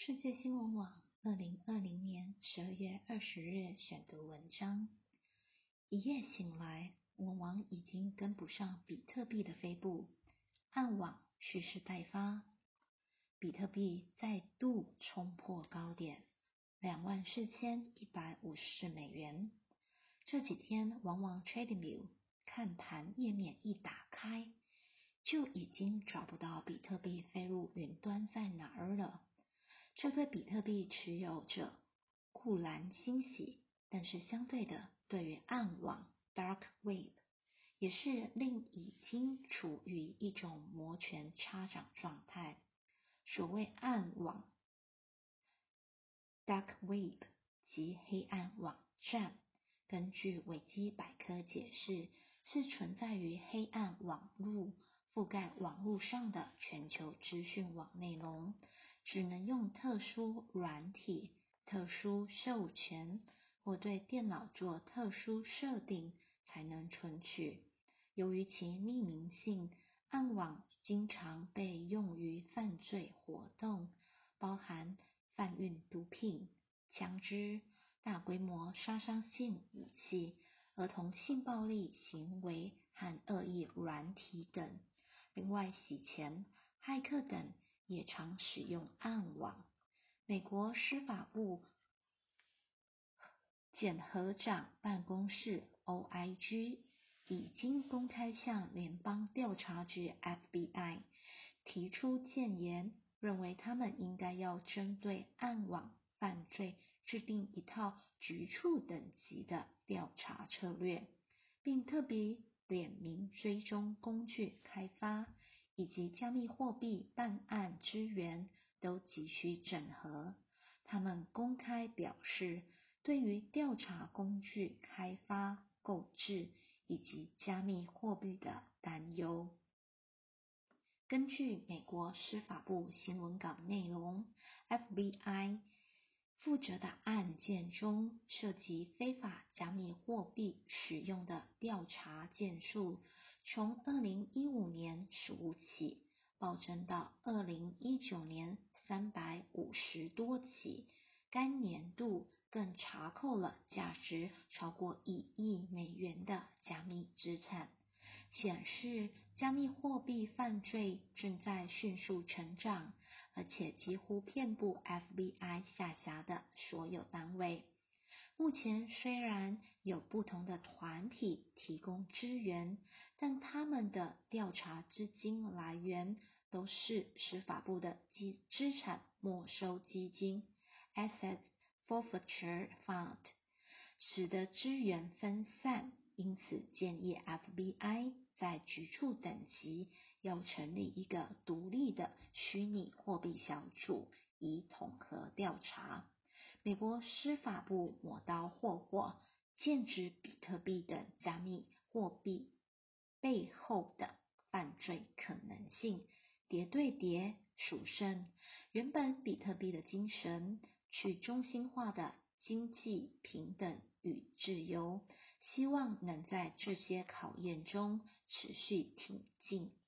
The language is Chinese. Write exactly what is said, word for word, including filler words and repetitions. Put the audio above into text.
世界新闻网二零二零年十二月二十日选读文章。一夜醒来，文王已经跟不上比特币的飞步，暗网蓄势待发，比特币再度冲破高点两万四千一百五十美元。这几天，往往 TradingView 看盘页面一打开，就已经找不到比特币飞入云端在哪儿了。这对比特币持有者固然欣喜，但是相对的，对于暗网 Dark Web 也是令已经处于一种摩拳擦掌状态。所谓暗网 Dark Web 及黑暗网站，根据维基百科解释，是存在于黑暗网路覆盖网络上的全球资讯网内容，只能用特殊软体、特殊授权或对电脑做特殊设定才能存取。由于其匿名性，暗网经常被用于犯罪活动，包含贩运毒品、枪支、大规模杀伤性武器、儿童性暴力行为和恶意软体等。另外，洗钱、骇客等也常使用暗网。美国司法部检核长办公室 O I G 已经公开向联邦调查局 F B I 提出建言，认为他们应该要针对暗网犯罪制定一套局处等级的调查策略，并特别点名追踪工具开发以及加密货币办案资源都急需整合。他们公开表示，对于调查工具开发、购置以及加密货币的担忧。根据美国司法部新闻稿内容， F B I 负责的案件中涉及非法加密货币使用的调查件数，从二零一五年十五起暴增到二零一九年三百五十多起，该年度更查扣了价值超过一亿美元的加密资产，显示加密货币犯罪正在迅速成长，而且几乎遍布 F B I 下辖的所有单位。目前虽然有不同的团体提供支援，但他们的调查资金来源都是司法部的资产没收基金 Asset Forfeiture Fund， 使得资源分散，因此建议 F B I 在局处等级要成立一个独立的虚拟货币小组，以统合调查。美国司法部磨刀霍霍，剑指比特币等加密货币背后的犯罪可能性，叠对叠数胜。原本比特币的精神，去中心化的经济平等与自由，希望能在这些考验中持续挺进。